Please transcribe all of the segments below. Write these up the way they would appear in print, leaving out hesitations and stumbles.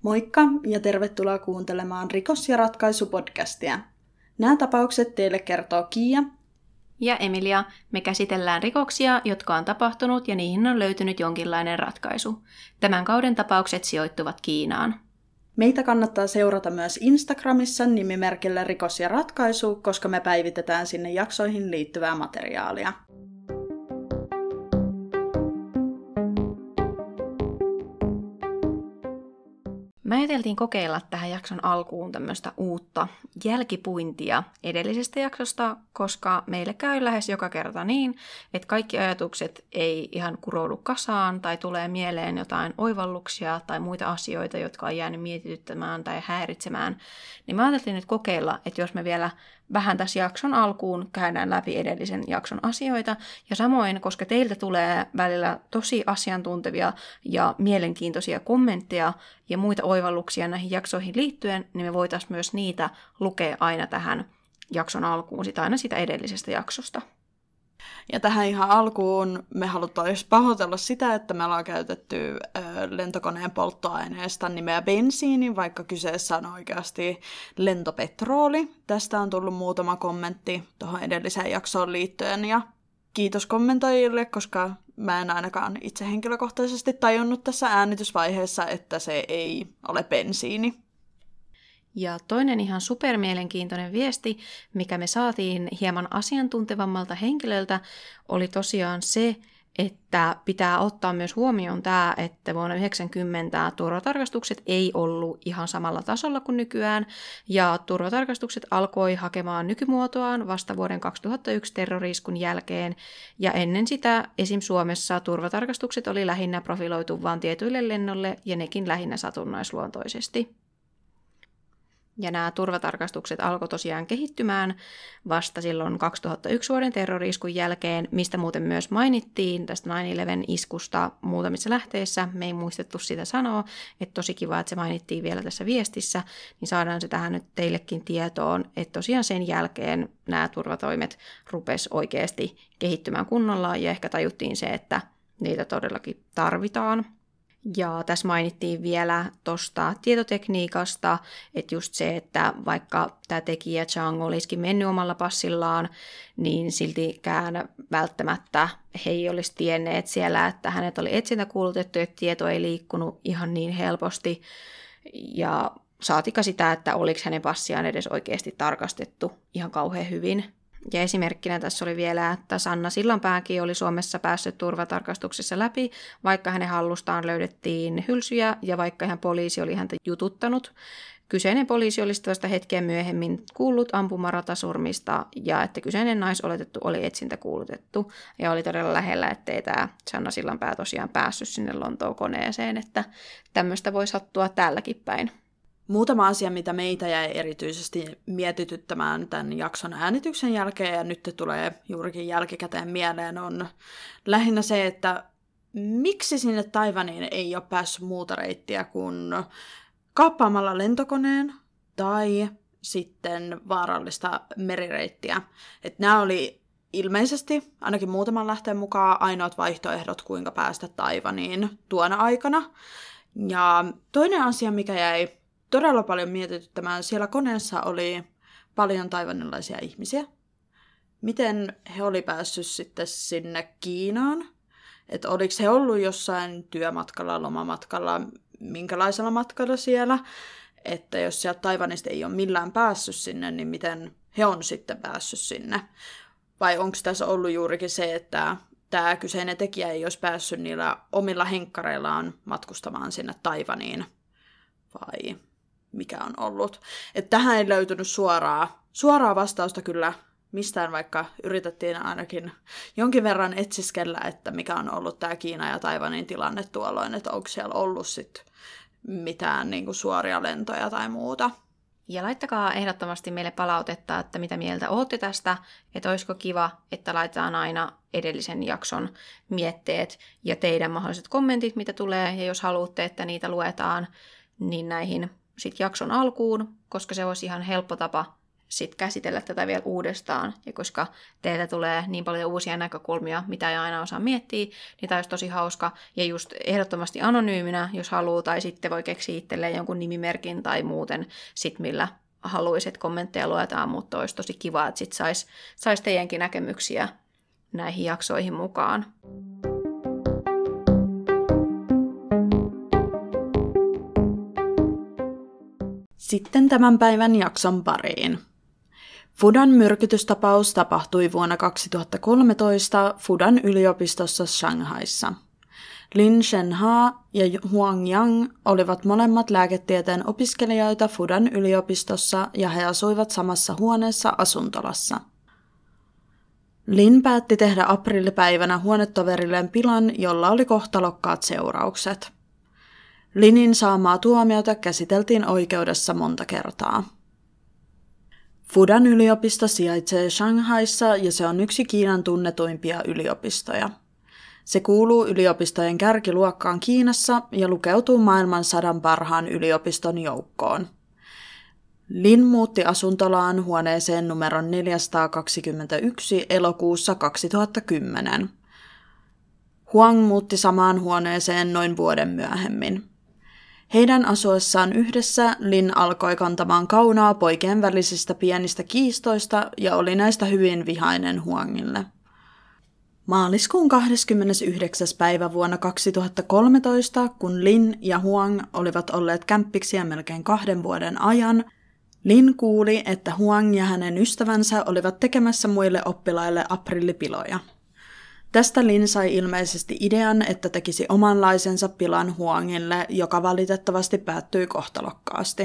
Moikka ja tervetuloa kuuntelemaan Rikos- ja ratkaisu-podcastia. Nämä tapaukset teille kertoo Kiia ja Emilia. Me käsitellään rikoksia, jotka on tapahtunut ja niihin on löytynyt jonkinlainen ratkaisu. Tämän kauden tapaukset sijoittuvat Kiinaan. Meitä kannattaa seurata myös Instagramissa nimimerkillä Rikos ja ratkaisu, koska me päivitetään sinne jaksoihin liittyvää materiaalia. Me ajateltiin kokeilla tähän jakson alkuun tämmöistä uutta jälkipuintia edellisestä jaksosta, koska meille käy lähes joka kerta niin, että kaikki ajatukset ei ihan kuroudu kasaan tai tulee mieleen jotain oivalluksia tai muita asioita, jotka on jäänyt mietityttämään tai häiritsemään. Niin me ajateltiin nyt kokeilla, että jos me vielä vähän tässä jakson alkuun käydään läpi edellisen jakson asioita. Ja samoin, koska teiltä tulee välillä tosi asiantuntevia ja mielenkiintoisia kommentteja ja muita oivalluksia näihin jaksoihin liittyen, niin me voitaisiin myös niitä lukea aina tähän jakson alkuun, aina sitä edellisestä jaksosta. Ja tähän ihan alkuun me haluttaisiin pahoitella sitä, että me ollaan käytetty lentokoneen polttoaineesta nimeä bensiini, vaikka kyseessä on oikeasti lentopetrooli. Tästä on tullut muutama kommentti tuohon edelliseen jaksoon liittyen ja kiitos kommentoijille, koska mä en ainakaan itse henkilökohtaisesti tajunnut tässä äänitysvaiheessa, että se ei ole bensiini. Ja toinen ihan supermielenkiintoinen viesti, mikä me saatiin hieman asiantuntevammalta henkilöltä, oli tosiaan se, että pitää ottaa myös huomioon tämä, että vuonna 1990 turvatarkastukset ei ollut ihan samalla tasolla kuin nykyään, ja turvatarkastukset alkoi hakemaan nykymuotoaan vasta vuoden 2001 terrori-iskun jälkeen, ja ennen sitä esim. Suomessa turvatarkastukset oli lähinnä profiloitu vain tietyille lennolle, ja nekin lähinnä satunnaisluontoisesti. Ja nämä turvatarkastukset alkoi tosiaan kehittymään vasta silloin 2001 vuoden terrori-iskun jälkeen, mistä muuten myös mainittiin tästä 9/11-iskusta muutamissa lähteissä. Me ei muistettu sitä sanoa, että tosi kiva, että se mainittiin vielä tässä viestissä, niin saadaan se tähän nyt teillekin tietoon, että tosiaan sen jälkeen nämä turvatoimet rupesi oikeasti kehittymään kunnolla ja ehkä tajuttiin se, että niitä todellakin tarvitaan. Ja tässä mainittiin vielä tuosta tietotekniikasta, että just se, että vaikka tämä tekijä Chang olisikin mennyt omalla passillaan, niin siltikään välttämättä he ei olisi tienneet siellä, että hänet oli etsintäkuulutettu, että tieto ei liikkunut ihan niin helposti. Ja saatika sitä, että oliko hänen passiaan edes oikeasti tarkastettu ihan kauhean hyvin. Ja esimerkkinä tässä oli vielä, että Sanna Sillanpääkin oli Suomessa päässyt turvatarkastuksessa läpi, vaikka hänen hallustaan löydettiin hylsyjä ja vaikka ihan poliisi oli häntä jututtanut. Kyseinen poliisi oli sitä hetkeä myöhemmin kuullut ampumaratasurmista ja että kyseinen naisoletettu oli etsintäkuulutettu ja oli todella lähellä, ettei tämä Sanna Sillanpää tosiaan päässyt sinne Lontoon koneeseen, että tämmöistä voi sattua täälläkin päin. Muutama asia, mitä meitä jäi erityisesti mietityttämään tämän jakson äänityksen jälkeen, ja nyt tulee juurikin jälkikäteen mieleen, on lähinnä se, että miksi sinne Taiwaniin ei ole päässyt muuta reittiä kuin kaappaamalla lentokoneen tai sitten vaarallista merireittiä. Että nämä oli ilmeisesti, ainakin muutaman lähteen mukaan, ainoat vaihtoehdot, kuinka päästä Taiwaniin tuona aikana. Ja toinen asia, mikä jäi todella paljon mietityttämään. Siellä koneessa oli paljon taiwanilaisia ihmisiä. Miten he oli päässyt sitten sinne Kiinaan? Että oliko he ollut jossain työmatkalla, lomamatkalla, minkälaisella matkalla siellä? Että jos sieltä Taiwanista ei ole millään päässyt sinne, niin miten he on sitten päässyt sinne? Vai onko tässä ollut juurikin se, että tämä kyseinen tekijä ei olisi päässyt niillä omilla henkkareillaan matkustamaan sinne Taiwaniin? Vai mikä on ollut? Että tähän ei löytynyt suoraa vastausta kyllä mistään, vaikka yritettiin ainakin jonkin verran etsiskellä, että mikä on ollut tämä Kiina ja Taiwanin tilanne tuolloin, että onko siellä ollut sitten mitään niinku suoria lentoja tai muuta. Ja laittakaa ehdottomasti meille palautetta, että mitä mieltä ootte tästä, että olisiko kiva, että laitetaan aina edellisen jakson mietteet ja teidän mahdolliset kommentit, mitä tulee, ja jos haluatte, että niitä luetaan, niin näihin sitten jakson alkuun, koska se olisi ihan helppo tapa sit käsitellä tätä vielä uudestaan. Ja koska teiltä tulee niin paljon uusia näkökulmia, mitä ei aina osaa miettiä, niin tämä olisi tosi hauska. Ja just ehdottomasti anonyyminä, jos haluaa, tai sitten voi keksiä itselleen jonkun nimimerkin tai muuten, sit millä haluaisit kommentteja luetaan, mutta olisi tosi kiva, että sit sais teidänkin näkemyksiä näihin jaksoihin mukaan. Sitten tämän päivän jakson pariin. Fudan myrkytystapaus tapahtui vuonna 2013 Fudan yliopistossa Shanghaissa. Lin Shenhe ja Huang Yang olivat molemmat lääketieteen opiskelijoita Fudan yliopistossa ja he asuivat samassa huoneessa asuntolassa. Lin päätti tehdä aprillipäivänä huonetoverilleen pilan, jolla oli kohtalokkaat seuraukset. Linin saamaa tuomiota käsiteltiin oikeudessa monta kertaa. Fudan yliopisto sijaitsee Shanghaissa ja se on yksi Kiinan tunnetuimpia yliopistoja. Se kuuluu yliopistojen kärkiluokkaan Kiinassa ja lukeutuu maailman 100 parhaan yliopiston joukkoon. Lin muutti asuntolaan huoneeseen numeron 421 elokuussa 2010. Huang muutti samaan huoneeseen noin vuoden myöhemmin. Heidän asuessaan yhdessä Lin alkoi kantamaan kaunaa poikien välisistä pienistä kiistoista ja oli näistä hyvin vihainen Huangille. Maaliskuun 29. päivä vuonna 2013, kun Lin ja Huang olivat olleet kämppiksiä melkein 2 vuoden ajan, Lin kuuli, että Huang ja hänen ystävänsä olivat tekemässä muille oppilaille aprillipiloja. Tästä Lin sai ilmeisesti idean, että tekisi omanlaisensa pilan Huangille, joka valitettavasti päättyi kohtalokkaasti.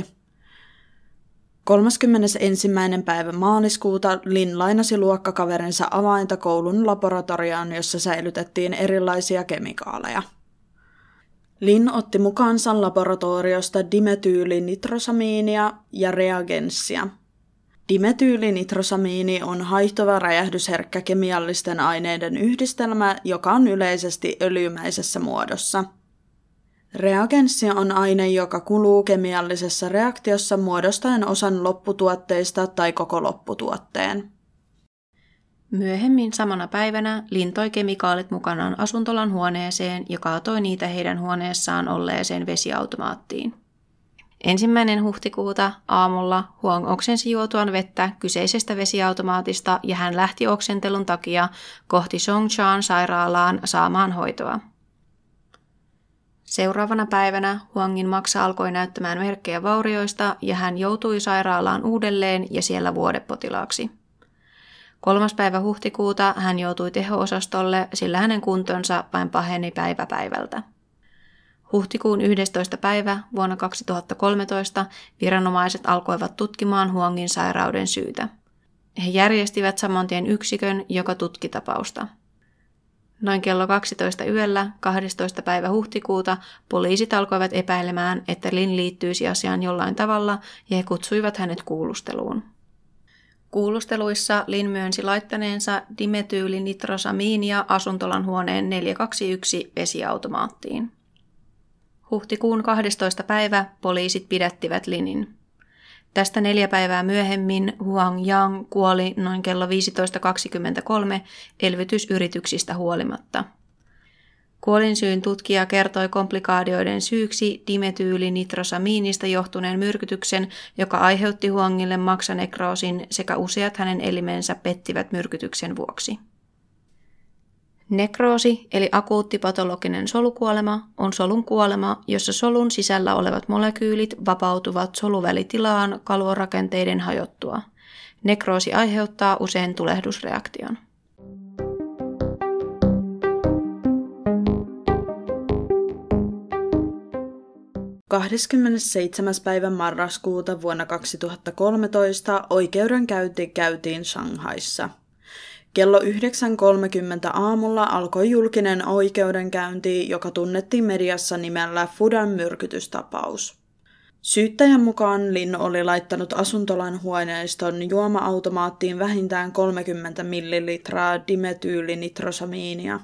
31. päivä maaliskuuta Lin lainasi luokkakaverinsa avainta koulun laboratorioon, jossa säilytettiin erilaisia kemikaaleja. Lin otti mukaansa laboratoriosta dimetyyylinitrosamiinia ja reagenssia. Dimetyyylinitrosamiini on haihtuva räjähdysherkkä kemiallisten aineiden yhdistelmä, joka on yleisesti öljymäisessä muodossa. Reagenssi on aine, joka kuluu kemiallisessa reaktiossa muodostaen osan lopputuotteista tai koko lopputuotteen. Myöhemmin samana päivänä Lin toi kemikaalit mukanaan asuntolan huoneeseen ja kaatoi niitä heidän huoneessaan olleeseen vesiautomaattiin. 1. huhtikuuta aamulla Huang oksensi juotuaan vettä kyseisestä vesiautomaatista ja hän lähti oksentelun takia kohti Songshan sairaalaan saamaan hoitoa. Seuraavana päivänä Huangin maksa alkoi näyttämään merkkejä vaurioista ja hän joutui sairaalaan uudelleen ja siellä vuodepotilaaksi. 3. päivä huhtikuuta hän joutui teho-osastolle, sillä hänen kuntonsa vain paheni päivä päivältä. Huhtikuun 11. päivä vuonna 2013 viranomaiset alkoivat tutkimaan Huangin sairauden syytä. He järjestivät saman tien yksikön, joka tutki tapausta. Noin kello 12 yöllä 12. päivä huhtikuuta poliisit alkoivat epäilemään, että Lin liittyisi asiaan jollain tavalla ja he kutsuivat hänet kuulusteluun. Kuulusteluissa Lin myönsi laittaneensa dimetyyylinitrosamiinia asuntolan huoneen 421 vesiautomaattiin. Huhtikuun 12. päivä poliisit pidättivät Linin. Tästä 4 päivää myöhemmin Huang Yang kuoli noin kello 15.23 elvytysyrityksistä huolimatta. Kuolinsyyn tutkija kertoi komplikaatioiden syyksi dimetyyylinitrosamiinista johtuneen myrkytyksen, joka aiheutti Huangille maksanekroosin sekä useat hänen elimensä pettivät myrkytyksen vuoksi. Nekroosi, eli akuutti patologinen solukuolema, on solun kuolema, jossa solun sisällä olevat molekyylit vapautuvat soluvälitilaan kalvorakenteiden hajottua. Nekroosi aiheuttaa usein tulehdusreaktion. – 27. päivä marraskuuta vuonna 2013 oikeudenkäynti käytiin Shanghaissa. Kello 9.30 aamulla alkoi julkinen oikeudenkäynti, joka tunnettiin mediassa nimellä Fudan myrkytystapaus. Syyttäjän mukaan Lin oli laittanut asuntolan huoneiston juoma-automaattiin vähintään 30 millilitraa dimetyyylinitrosamiinia.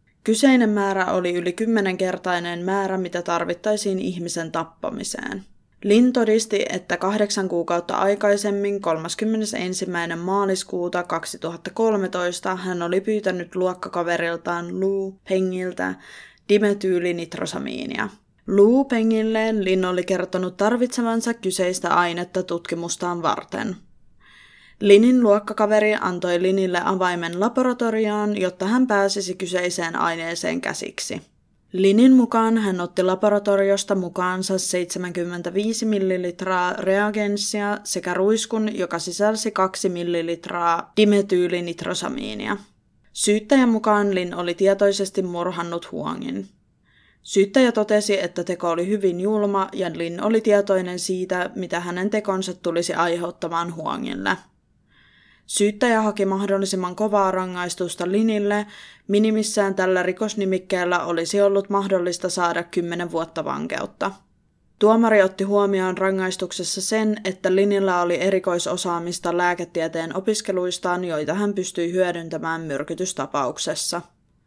Kyseinen määrä oli yli 10-kertainen määrä, mitä tarvittaisiin ihmisen tappamiseen. Lin todisti, että 8 kuukautta aikaisemmin 31. maaliskuuta 2013 hän oli pyytänyt luokkakaveriltaan Lu Pengiltä dimetyyli-nitrosamiinia. Lu Pengille Lin oli kertonut tarvitsevansa kyseistä ainetta tutkimustaan varten. Linin luokkakaveri antoi Linille avaimen laboratorioon, jotta hän pääsisi kyseiseen aineeseen käsiksi. Linin mukaan hän otti laboratoriosta mukaansa 75 millilitraa reagenssia sekä ruiskun, joka sisälsi 2 millilitraa dimetyyli-nitrosamiinia. Syyttäjän mukaan Lin oli tietoisesti murhannut Huangin. Syyttäjä totesi, että teko oli hyvin julma ja Lin oli tietoinen siitä, mitä hänen tekonsa tulisi aiheuttamaan Huangille. Syyttäjä haki mahdollisimman kovaa rangaistusta Linille, minimissään tällä rikosnimikkeellä olisi ollut mahdollista saada 10 vuotta vankeutta. Tuomari otti huomioon rangaistuksessa sen, että Linillä oli erikoisosaamista lääketieteen opiskeluistaan, joita hän pystyi hyödyntämään myrkytystapauksessa.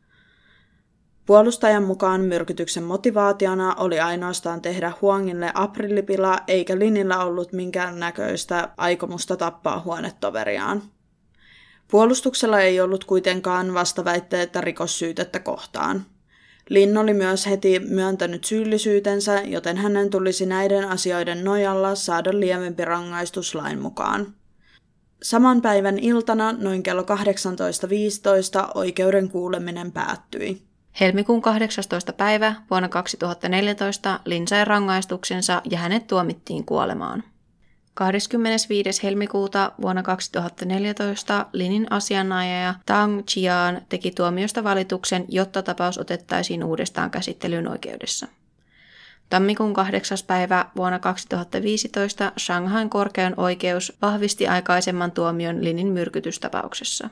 Puolustajan mukaan myrkytyksen motivaationa oli ainoastaan tehdä Huangille aprillipila, eikä Linillä ollut minkäännäköistä aikomusta tappaa huonetoveriaan. Puolustuksella ei ollut kuitenkaan vastaväitteitä rikossyytettä kohtaan. Lin oli myös heti myöntänyt syyllisyytensä, joten hänen tulisi näiden asioiden nojalla saada lievempi rangaistus lain mukaan. Saman päivän iltana noin kello 18.15 oikeuden kuuleminen päättyi. Helmikuun 18. päivä vuonna 2014 Lin sai rangaistuksensa ja hänet tuomittiin kuolemaan. 25. helmikuuta vuonna 2014 Linin asianajaja Tang Jian teki tuomiosta valituksen, jotta tapaus otettaisiin uudestaan käsittelyyn oikeudessa. Tammikuun 8. päivä vuonna 2015 Shanghain korkein oikeus vahvisti aikaisemman tuomion Linin myrkytystapauksessa.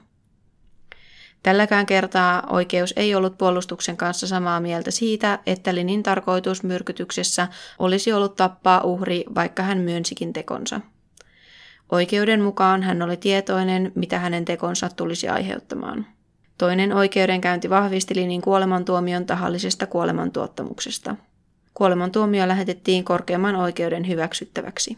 Tälläkään kertaa oikeus ei ollut puolustuksen kanssa samaa mieltä siitä, että Linin tarkoitus myrkytyksessä olisi ollut tappaa uhri, vaikka hän myönsikin tekonsa. Oikeuden mukaan hän oli tietoinen, mitä hänen tekonsa tulisi aiheuttamaan. Toinen oikeudenkäynti vahvisti Linin kuolemantuomion tahallisesta kuolemantuottamuksesta. Kuolemantuomio lähetettiin korkeimman oikeuden hyväksyttäväksi.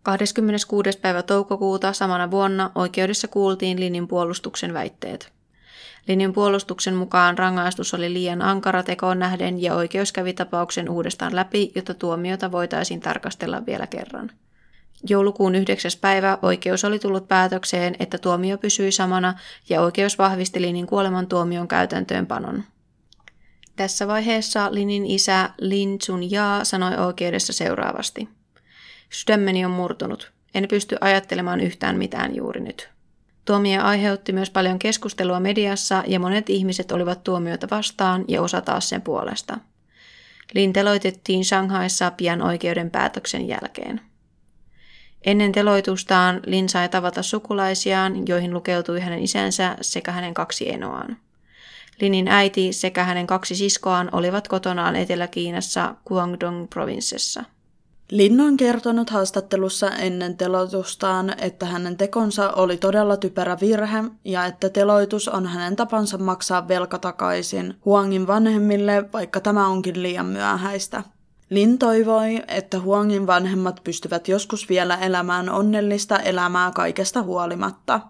26. päivä toukokuuta samana vuonna oikeudessa kuultiin Linin puolustuksen väitteet. Linin puolustuksen mukaan rangaistus oli liian ankara tekoon nähden ja oikeus kävi tapauksen uudestaan läpi, jotta tuomiota voitaisiin tarkastella vielä kerran. Joulukuun 9. päivä oikeus oli tullut päätökseen, että tuomio pysyi samana ja oikeus vahvisti Linin kuolemantuomion käytäntöönpanon. Tässä vaiheessa Linin isä Lin Chun-ja sanoi oikeudessa seuraavasti. Sydämeni on murtunut. En pysty ajattelemaan yhtään mitään juuri nyt. Tuomio aiheutti myös paljon keskustelua mediassa ja monet ihmiset olivat tuomiota vastaan ja osa taas sen puolesta. Lin teloitettiin Shanghaissa pian oikeuden päätöksen jälkeen. Ennen teloitustaan Lin sai tavata sukulaisiaan, joihin lukeutui hänen isänsä sekä hänen 2 enoaan. Linin äiti sekä hänen 2 siskoaan olivat kotonaan Etelä-Kiinassa Guangdong-provinssissa. Lin on kertonut haastattelussa ennen teloitustaan, että hänen tekonsa oli todella typerä virhe ja että teloitus on hänen tapansa maksaa velka takaisin Huangin vanhemmille, vaikka tämä onkin liian myöhäistä. Lin toivoi, että Huangin vanhemmat pystyvät joskus vielä elämään onnellista elämää kaikesta huolimatta.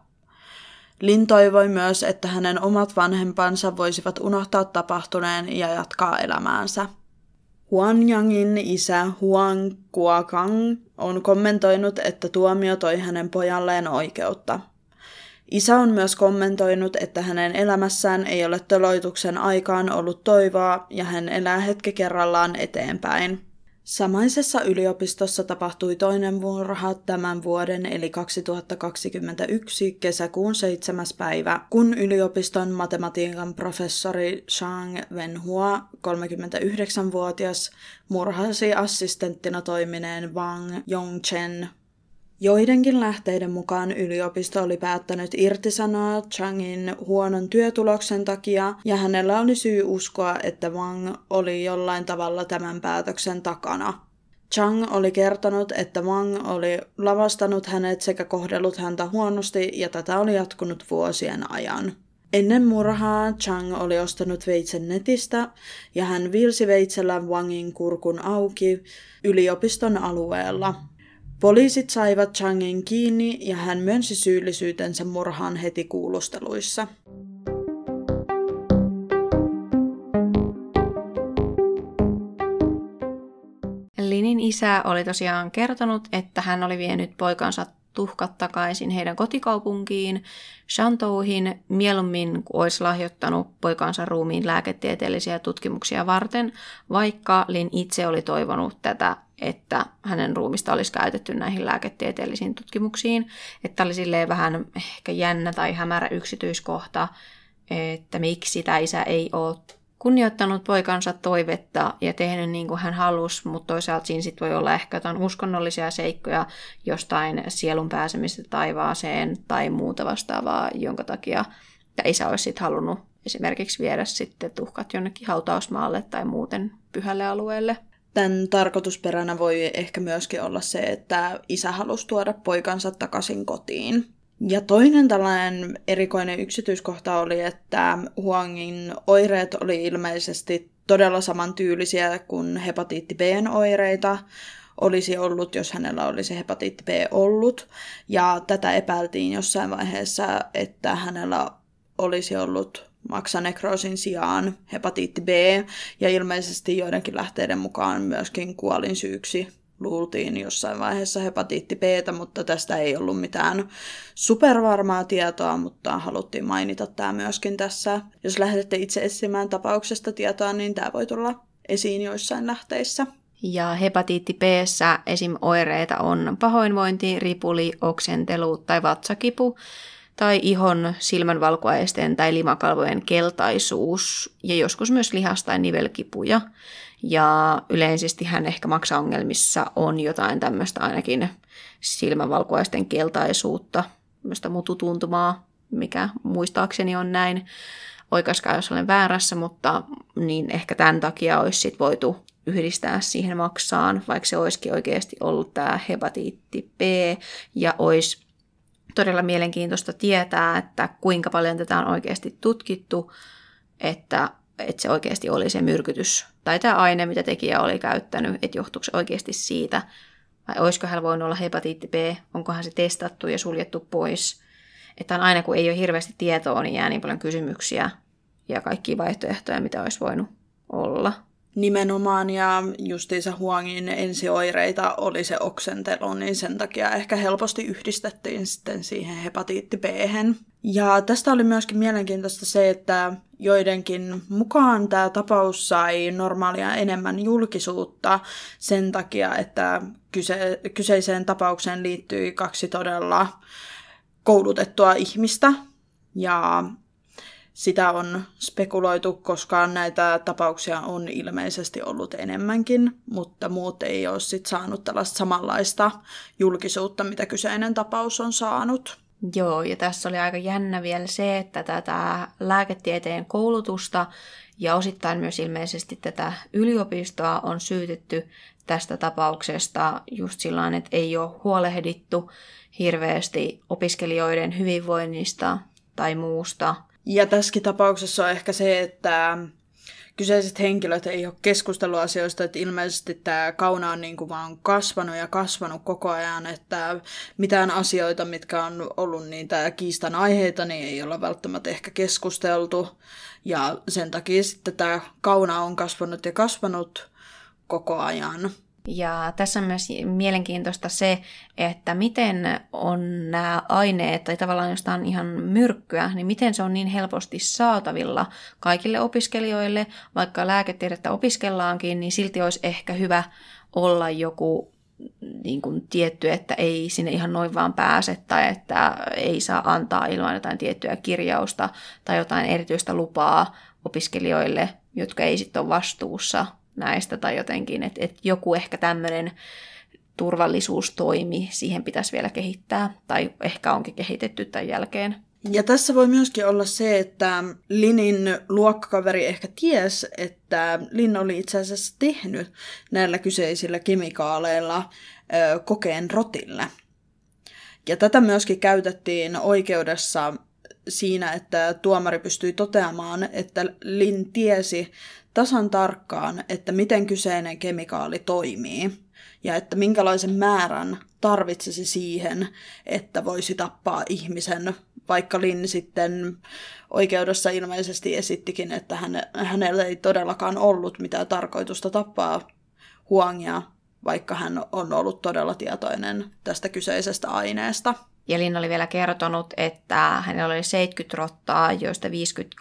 Lin toivoi myös, että hänen omat vanhempansa voisivat unohtaa tapahtuneen ja jatkaa elämäänsä. Huanyangin isä Huang Guokang on kommentoinut, että tuomio toi hänen pojalleen oikeutta. Isä on myös kommentoinut, että hänen elämässään ei ole teloituksen aikaan ollut toivoa ja hän elää hetki kerrallaan eteenpäin. Samaisessa yliopistossa tapahtui toinen murha tämän vuoden eli 2021 kesäkuun 7. päivä, kun yliopiston matematiikan professori Zhang Wenhua, 39-vuotias, murhasi assistenttina toimineen Wang Yongchen. Joidenkin lähteiden mukaan yliopisto oli päättänyt irtisanoa Zhangin huonon työtuloksen takia ja hänellä oli syy uskoa, että Wang oli jollain tavalla tämän päätöksen takana. Zhang oli kertonut, että Wang oli lavastanut hänet sekä kohdellut häntä huonosti ja tätä oli jatkunut vuosien ajan. Ennen murhaa Chang oli ostanut veitsen netistä ja hän viilsi veitsellä Wangin kurkun auki yliopiston alueella. Poliisit saivat Changin kiinni ja hän myönsi syyllisyytensä murhaan heti kuulusteluissa. Linin isä oli tosiaan kertonut, että hän oli vienyt poikansa tuhkat takaisin heidän kotikaupunkiin, Shantouhin, mieluummin kuin olisi lahjoittanut poikansa ruumiin lääketieteellisiä tutkimuksia varten, vaikka Lin itse oli toivonut tätä, että hänen ruumista olisi käytetty näihin lääketieteellisiin tutkimuksiin. Että oli silleen vähän ehkä jännä tai hämärä yksityiskohta, että miksi tämä isä ei ole kunnioittanut poikansa toivetta ja tehnyt niin kuin hän halusi, mutta toisaalta siinä sit voi olla ehkä jotain uskonnollisia seikkoja, jostain sielun pääsemistä taivaaseen tai muuta vastaavaa, jonka takia tämä isä olisi sit halunnut esimerkiksi viedä sitten tuhkat jonnekin hautausmaalle tai muuten pyhälle alueelle. Tämän tarkoitusperänä voi ehkä myöskin olla se, että isä halusi tuoda poikansa takaisin kotiin. Ja toinen tällainen erikoinen yksityiskohta oli, että Huangin oireet oli ilmeisesti todella samantyylisiä kuin hepatiitti B:n oireita olisi ollut, jos hänellä olisi hepatiitti B ollut. Ja tätä epäiltiin jossain vaiheessa, että hänellä olisi ollut maksanekroosin sijaan hepatiitti B, ja ilmeisesti joidenkin lähteiden mukaan myöskin kuolinsyyksi luultiin jossain vaiheessa hepatiitti B:tä, mutta tästä ei ollut mitään supervarmaa tietoa, mutta haluttiin mainita tämä myöskin tässä. Jos lähdette itse etsimään tapauksesta tietoa, niin tämä voi tulla esiin joissain lähteissä. Ja hepatiitti B:ssä esim. Oireita on pahoinvointi, ripuli, oksentelu tai vatsakipu, tai ihon, silmänvalkuaisten tai limakalvojen keltaisuus, ja joskus myös lihas- tai nivelkipuja. Ja yleisesti hän ehkä maksaongelmissa on jotain tämmöistä ainakin silmänvalkuaisten keltaisuutta, tämmöistä mututuntumaa, mikä muistaakseni on näin. Oikaiskaa, jos olen väärässä, mutta niin ehkä tämän takia olisi sit voitu yhdistää siihen maksaan, vaikka se olisikin oikeasti ollut tämä hepatiitti B, ja olisi todella mielenkiintoista tietää, että kuinka paljon tätä on oikeasti tutkittu, että se oikeasti oli se myrkytys tai tämä aine, mitä tekijä oli käyttänyt, että johtuuko se oikeasti siitä, vai olisiko hänellä voinut olla hepatiitti B, onkohan se testattu ja suljettu pois. Että aina kun ei ole hirveästi tietoa, niin jää niin paljon kysymyksiä ja kaikkia vaihtoehtoja, mitä olisi voinut olla. Nimenomaan, ja justiinsa Huangin ensioireita oli se oksentelu, niin sen takia ehkä helposti yhdistettiin sitten siihen hepatiitti B:hen. Ja tästä oli myöskin mielenkiintoista se, että joidenkin mukaan tämä tapaus sai normaalia enemmän julkisuutta sen takia, että kyseiseen tapaukseen liittyi 2 todella koulutettua ihmistä, ja sitä on spekuloitu, koska näitä tapauksia on ilmeisesti ollut enemmänkin, mutta muut ei ole sit saanut tällaista samanlaista julkisuutta, mitä kyseinen tapaus on saanut. Joo, ja tässä oli aika jännä vielä se, että tätä lääketieteen koulutusta ja osittain myös ilmeisesti tätä yliopistoa on syytetty tästä tapauksesta just sillain, että ei ole huolehdittu hirveästi opiskelijoiden hyvinvoinnista tai muusta. Ja tässäkin tapauksessa on ehkä se, että kyseiset henkilöt ei ole keskustellut asioista, että ilmeisesti tämä kauna on niin kuin vaan kasvanut ja kasvanut koko ajan, että mitään asioita, mitkä on ollut niitä kiistan aiheita, niin ei olla välttämättä ehkä keskusteltu. Ja sen takia sitten tämä kauna on kasvanut ja kasvanut koko ajan. Ja tässä on myös mielenkiintoista se, että miten on nämä aineet, tai tavallaan jos tämä on ihan myrkkyä, niin miten se on niin helposti saatavilla kaikille opiskelijoille, vaikka lääketiedettä opiskellaankin, niin silti olisi ehkä hyvä olla joku niin kuin tietty, että ei sinne ihan noin vaan pääse, tai että ei saa antaa ilman jotain tiettyä kirjausta tai jotain erityistä lupaa opiskelijoille, jotka ei sitten ole vastuussa näistä tai jotenkin, että joku ehkä tämmöinen turvallisuustoimi siihen pitäisi vielä kehittää, tai ehkä onkin kehitetty tämän jälkeen. Ja tässä voi myöskin olla se, että Linin luokkakaveri ehkä ties, että Lin oli itse asiassa tehnyt näillä kyseisillä kemikaaleilla kokeen rotille. Ja tätä myöskin käytettiin oikeudessa siinä, että tuomari pystyi toteamaan, että Lynn tiesi tasan tarkkaan, että miten kyseinen kemikaali toimii ja että minkälaisen määrän tarvitsisi siihen, että voisi tappaa ihmisen, vaikka Lynn sitten oikeudessa ilmeisesti esittikin, että hänellä ei todellakaan ollut mitään tarkoitusta tappaa Huangia, vaikka hän on ollut todella tietoinen tästä kyseisestä aineesta. Ja Lynn oli vielä kertonut, että hänellä oli 70 rottaa, joista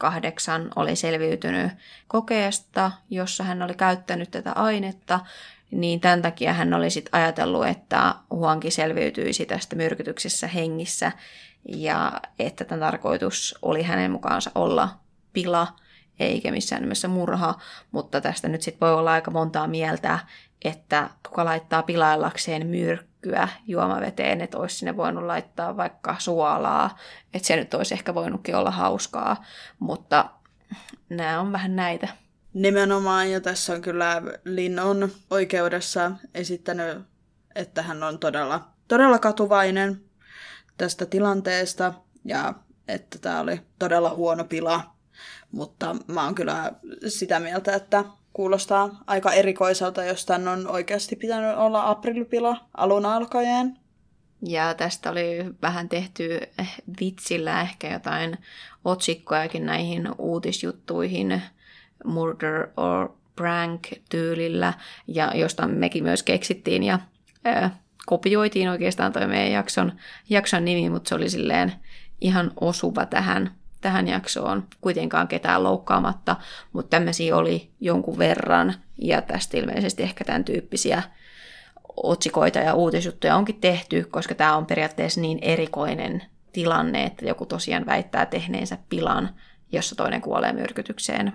58 oli selviytynyt kokeesta, jossa hän oli käyttänyt tätä ainetta. Niin tämän takia hän oli sitten ajatellut, että Huangi selviytyisi tästä myrkytyksessä hengissä ja että tämän tarkoitus oli hänen mukaansa olla pila eikä missään nimessä murha, mutta tästä nyt sitten voi olla aika montaa mieltä, että kuka laittaa pilaillakseen myrkkyä juomaveteen, että olisi sinne voinut laittaa vaikka suolaa, että se nyt olisi ehkä voinutkin olla hauskaa, mutta nämä on vähän näitä. Nimenomaan, ja tässä on kyllä Lynn on oikeudessa esittänyt, että hän on todella katuvainen tästä tilanteesta, ja että tämä oli todella huono pila, mutta mä oon kyllä sitä mieltä, että kuulostaa aika erikoiselta, jos tämän on oikeasti pitänyt olla aprilipila alun alkaen. Ja tästä oli vähän tehty vitsillä ehkä jotain otsikkojakin näihin uutisjuttuihin, murder or prank-tyylillä, ja josta mekin myös keksittiin ja kopioitiin oikeastaan toi meidän jakson nimi, mutta se oli silleen ihan osuva tähän jaksoon, kuitenkaan ketään loukkaamatta, mutta tämmöisiä oli jonkun verran, ja tästä ilmeisesti ehkä tämän tyyppisiä otsikoita ja uutisjuttuja onkin tehty, koska tämä on periaatteessa niin erikoinen tilanne, että joku tosiaan väittää tehneensä pilan, jossa toinen kuolee myrkytykseen.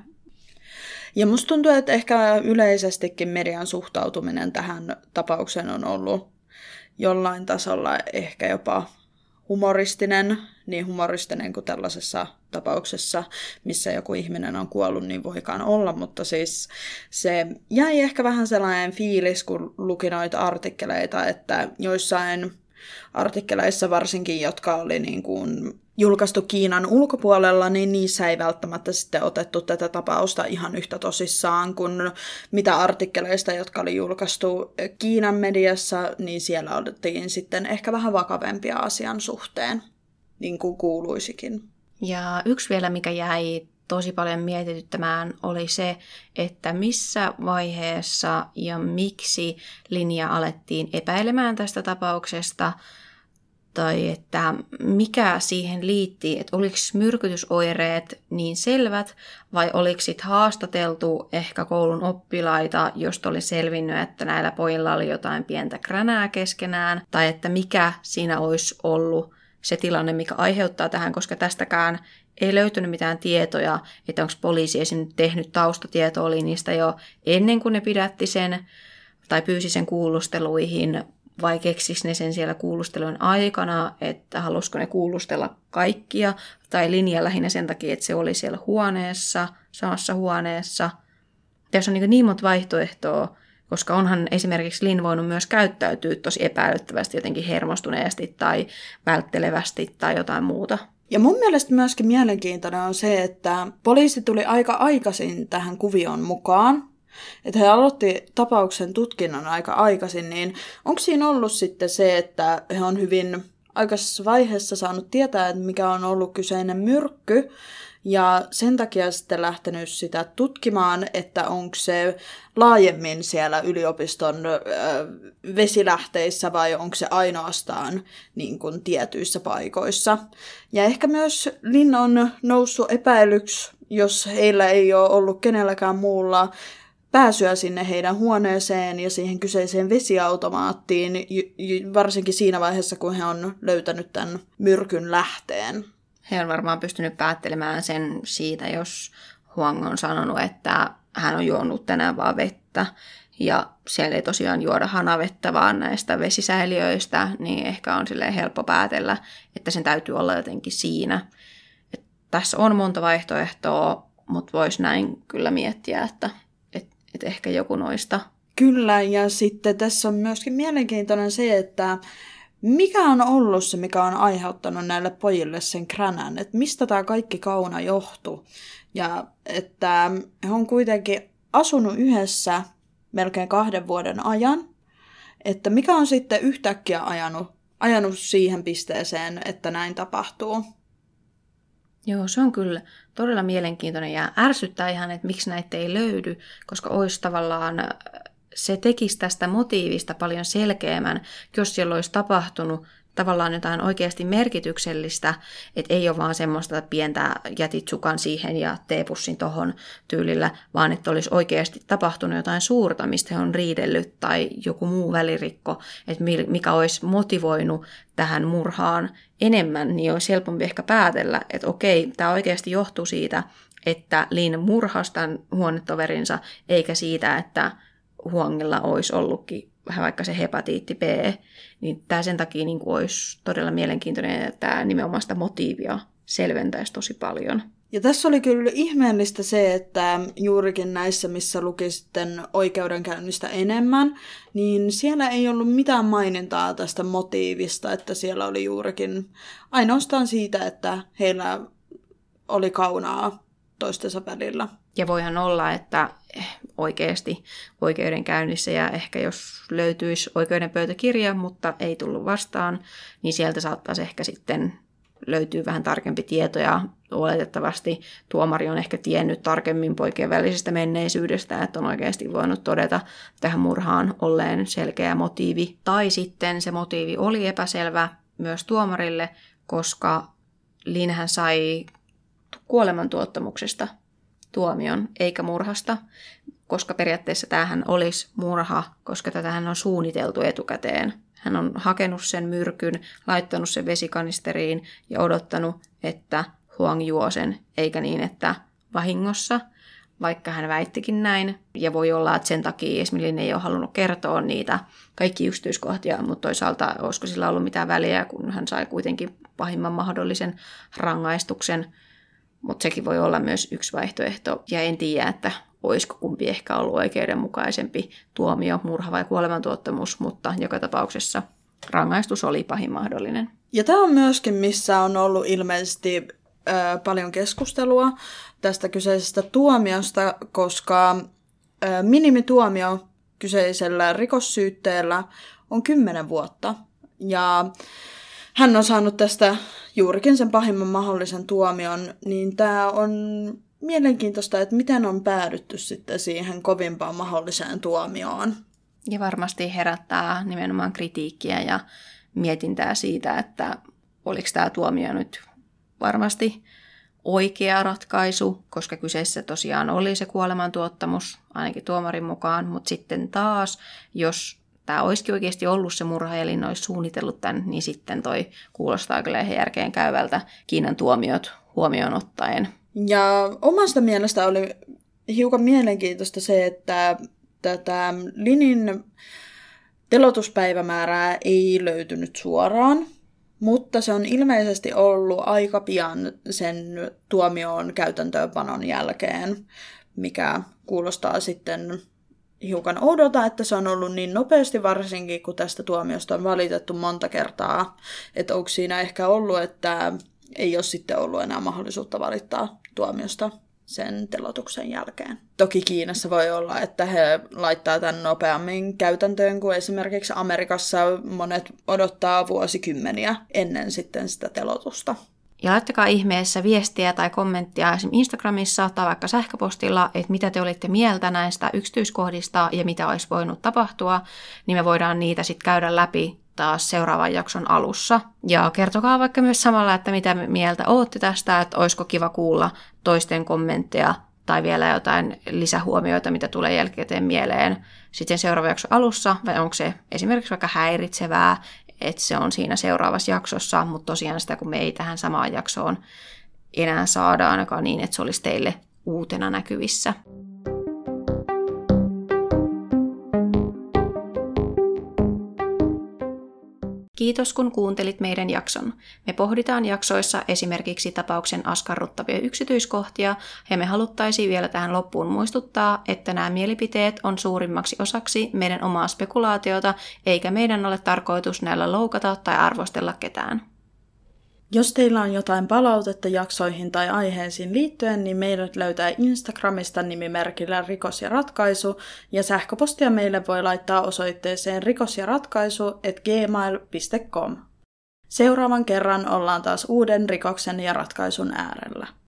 Ja musta tuntuu, että ehkä yleisestikin median suhtautuminen tähän tapaukseen on ollut jollain tasolla ehkä jopa humoristinen, niin humoristinen kuin tällaisessa tapauksessa, missä joku ihminen on kuollut, niin voikaan olla, mutta siis se jäi ehkä vähän sellainen fiilis, kun luki noita artikkeleita, että joissain artikkeleissa varsinkin, jotka oli niin kuin julkaistu Kiinan ulkopuolella, niin niissä ei välttämättä sitten otettu tätä tapausta ihan yhtä tosissaan kuin mitä artikkeleista, jotka oli julkaistu Kiinan mediassa, niin siellä otettiin sitten ehkä vähän vakavempia asian suhteen, niin kuin kuuluisikin. Ja yksi vielä, mikä jäi tosi paljon mietityttämään, oli se, että missä vaiheessa ja miksi Linja alettiin epäilemään tästä tapauksesta, tai että mikä siihen liitti, että oliko myrkytysoireet niin selvät, vai oliko sitten haastateltu ehkä koulun oppilaita, josta oli selvinnyt, että näillä pojilla oli jotain pientä kränää keskenään, tai että mikä siinä olisi ollut se tilanne, mikä aiheuttaa tähän, koska tästäkään ei löytynyt mitään tietoja, että onko poliisi esim. Tehnyt taustatietoa niistä jo ennen kuin ne pidätti sen, tai pyysi sen kuulusteluihin, vai keksis ne sen siellä kuulustelujen aikana, että halusiko ne kuulustella kaikkia, tai Linja lähinnä sen takia, että se oli siellä huoneessa, samassa huoneessa. Tässä on niin monta vaihtoehtoa, koska onhan esimerkiksi Lynn voinut myös käyttäytyä tosi epäilyttävästi, jotenkin hermostuneesti tai välttelevästi tai jotain muuta. Ja mun mielestä myöskin mielenkiintoinen on se, että poliisi tuli aika aikaisin tähän kuvioon mukaan. Että he aloitti tapauksen tutkinnon aika aikaisin, niin onko siinä ollut sitten se, että he on hyvin aikaisessa vaiheessa saanut tietää, että mikä on ollut kyseinen myrkky, ja sen takia sitten lähtenyt sitä tutkimaan, että onko se laajemmin siellä yliopiston vesilähteissä vai onko se ainoastaan niin kuin tietyissä paikoissa. Ja ehkä myös Lynn on noussut epäilyksi, jos heillä ei ole ollut kenelläkään muulla pääsyä sinne heidän huoneeseen ja siihen kyseiseen vesiautomaattiin, varsinkin siinä vaiheessa, kun he on löytänyt tämän myrkyn lähteen. He on varmaan pystynyt päättelemään sen siitä, jos Huang on sanonut, että hän on juonut tänään vaan vettä ja siellä ei tosiaan juoda hanavettä vaan näistä vesisäiliöistä, niin ehkä on silleen helppo päätellä, että sen täytyy olla jotenkin siinä. Et tässä on monta vaihtoehtoa, mutta voisi näin kyllä miettiä, että ehkä joku noista. Kyllä, ja sitten tässä on myöskin mielenkiintoinen se, että Mikä on ollut se, mikä on aiheuttanut näille pojille sen kränän? Että mistä tämä kaikki kauna johtuu? Ja että he on kuitenkin asunut yhdessä melkein 2 vuoden ajan. Että mikä on sitten yhtäkkiä ajanut siihen pisteeseen, että näin tapahtuu? Joo, se on kyllä todella mielenkiintoinen ja ärsyttää ihan, että miksi näitä ei löydy, koska olisi tavallaan, se tekisi tästä motiivista paljon selkeämmän, jos siellä olisi tapahtunut tavallaan jotain oikeasti merkityksellistä, että ei ole vaan semmoista pientä jätit sukan siihen ja teepussin tohon tyylillä, vaan että olisi oikeasti tapahtunut jotain suurta, mistä he on riidellyt tai joku muu välirikko, että mikä olisi motivoinut tähän murhaan enemmän, niin olisi helpompi ehkä päätellä, että okei, tämä oikeasti johtuu siitä, että Lin murhasi tämän huonetoverinsa, eikä siitä, että Huangilla olisi ollutkin vähän vaikka se hepatiitti B, niin tämä sen takia niin kuin olisi todella mielenkiintoinen, että tämä nimenomaan sitä motiivia selventäisi tosi paljon. Ja tässä oli kyllä ihmeellistä se, että juurikin näissä, missä luki sitten oikeudenkäynnistä enemmän, niin siellä ei ollut mitään mainintaa tästä motiivista, että siellä oli juurikin ainoastaan siitä, että heillä oli kaunaa toistensa välillä. Ja voihan olla, että oikeasti oikeudenkäynnissä ja ehkä jos löytyisi oikeudenpöytäkirja, mutta ei tullut vastaan, niin sieltä saattaisi ehkä sitten löytyy vähän tarkempi tietoja. Oletettavasti tuomari on ehkä tiennyt tarkemmin poikien välisestä menneisyydestä, että on oikeasti voinut todeta tähän murhaan olleen selkeä motiivi. Tai sitten se motiivi oli epäselvä myös tuomarille, koska Linhän sai kuolemantuottamuksesta tuomion, eikä murhasta, koska periaatteessa tämähän olisi murha, koska tätähän on suunniteltu etukäteen. Hän on hakenut sen myrkyn, laittanut sen vesikanisteriin ja odottanut, että Huang juo sen, eikä niin, että vahingossa, vaikka hän väittikin näin. Ja voi olla, että sen takia esimerkiksi ei ole halunnut kertoa niitä kaikki yksityiskohtia, mutta toisaalta olisiko sillä ollut mitään väliä, kun hän sai kuitenkin pahimman mahdollisen rangaistuksen. Mutta sekin voi olla myös yksi vaihtoehto. Ja en tiedä, että olisiko kumpi ehkä ollut oikeudenmukaisempi tuomio, murha vai kuolemantuottamus, mutta joka tapauksessa rangaistus oli pahin mahdollinen. Ja tämä on myöskin, missä on ollut ilmeisesti paljon keskustelua tästä kyseisestä tuomiosta, koska minimituomio kyseisellä rikossyytteellä on 10 vuotta. Ja hän on saanut tästä juurikin sen pahimman mahdollisen tuomion, niin tämä on mielenkiintoista, että miten on päädytty sitten siihen kovimpaan mahdolliseen tuomioon. Ja varmasti herättää nimenomaan kritiikkiä ja mietintää siitä, että oliko tämä tuomio nyt varmasti oikea ratkaisu, koska kyseessä tosiaan oli se kuolemantuottamus, ainakin tuomarin mukaan, mutta sitten taas, jos tämä olisikin oikeasti ollut se murha, eli ne olisi suunnitellut tämän, niin sitten toi kuulostaa kyllä ihan järkeen käyvältä Kiinan tuomiot huomioon ottaen. Ja omasta mielestä oli hiukan mielenkiintoista se, että tätä Linin teloituspäivämäärää ei löytynyt suoraan, mutta se on ilmeisesti ollut aika pian sen tuomioon käytäntöönpanon jälkeen, mikä kuulostaa sitten hiukan oudolta, että se on ollut niin nopeasti, varsinkin kun tästä tuomiosta on valitettu monta kertaa. Että onko siinä ehkä ollut, että ei ole sitten ollut enää mahdollisuutta valittaa tuomiosta sen teloituksen jälkeen. Toki Kiinassa voi olla, että he laittaa tämän nopeammin käytäntöön, kuin esimerkiksi Amerikassa monet odottaa vuosikymmeniä ennen sitten sitä teloitusta. Ja laittakaa ihmeessä viestiä tai kommenttia esimerkiksi Instagramissa tai vaikka sähköpostilla, että mitä te olitte mieltä näistä yksityiskohdista ja mitä olisi voinut tapahtua, niin me voidaan niitä sitten käydä läpi taas seuraavan jakson alussa. Ja kertokaa vaikka myös samalla, että mitä mieltä ootte tästä, että olisiko kiva kuulla toisten kommentteja tai vielä jotain lisähuomioita, mitä tulee jälkikäteen mieleen sitten seuraavan jakson alussa, vai onko se esimerkiksi vaikka häiritsevää, että se on siinä seuraavassa jaksossa, mutta tosiaan sitä, kun me ei tähän samaan jaksoon enää saada ainakaan niin, että se olisi teille uutena näkyvissä. Kiitos kun kuuntelit meidän jakson. Me pohditaan jaksoissa esimerkiksi tapauksen askarruttavia yksityiskohtia ja me haluttaisiin vielä tähän loppuun muistuttaa, että nämä mielipiteet on suurimmaksi osaksi meidän omaa spekulaatiota eikä meidän ole tarkoitus näillä loukata tai arvostella ketään. Jos teillä on jotain palautetta jaksoihin tai aiheisiin liittyen, niin meidät löytää Instagramista nimimerkillä Rikos ja Ratkaisu, ja sähköpostia meille voi laittaa osoitteeseen rikosjaratkaisu@gmail.com. Seuraavan kerran ollaan taas uuden rikoksen ja ratkaisun äärellä.